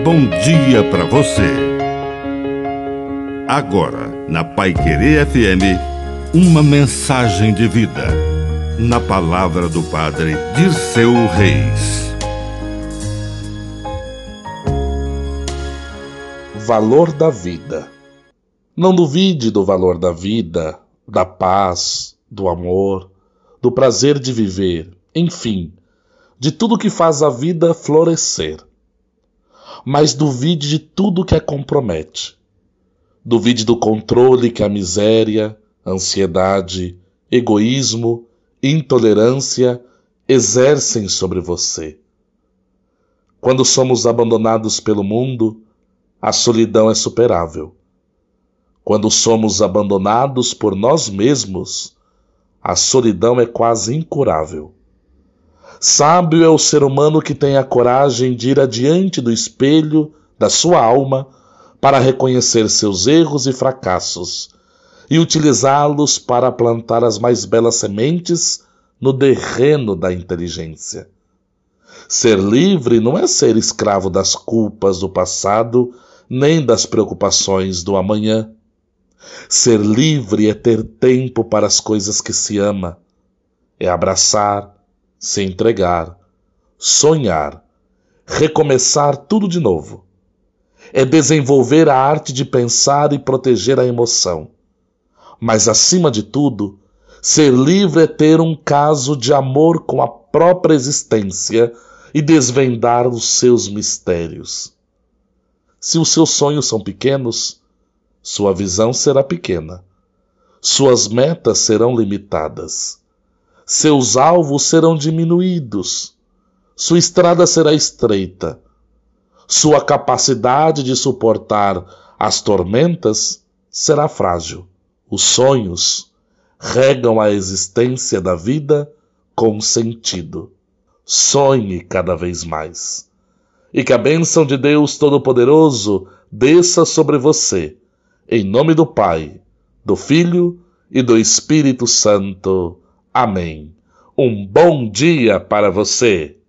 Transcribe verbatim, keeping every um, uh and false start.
bom dia para você. Agora, na Paiquerê F M, uma mensagem de vida. Na palavra do Padre Dirceu Reis. Valor da vida. Não duvide do valor da vida, da paz, do amor, do prazer de viver, enfim, de tudo que faz a vida florescer. Mas duvide de tudo que a compromete. Duvide do controle que a miséria, ansiedade, egoísmo, intolerância exercem sobre você. Quando somos abandonados pelo mundo, a solidão é superável. Quando somos abandonados por nós mesmos, a solidão é quase incurável. Sábio é o ser humano que tem a coragem de ir adiante do espelho da sua alma para reconhecer seus erros e fracassos e utilizá-los para plantar as mais belas sementes no terreno da inteligência. Ser livre não é ser escravo das culpas do passado nem das preocupações do amanhã. Ser livre é ter tempo para as coisas que se ama, é abraçar, se entregar, sonhar, recomeçar tudo de novo. É desenvolver a arte de pensar e proteger a emoção. Mas, acima de tudo, ser livre é ter um caso de amor com a própria existência e desvendar os seus mistérios. Se os seus sonhos são pequenos, sua visão será pequena. Suas metas serão limitadas. Seus alvos serão diminuídos. Sua estrada será estreita. Sua capacidade de suportar as tormentas será frágil. Os sonhos regam a existência da vida com sentido. Sonhe cada vez mais. E que a bênção de Deus Todo-Poderoso desça sobre você, em nome do Pai, do Filho e do Espírito Santo. Amém. Um bom dia para você.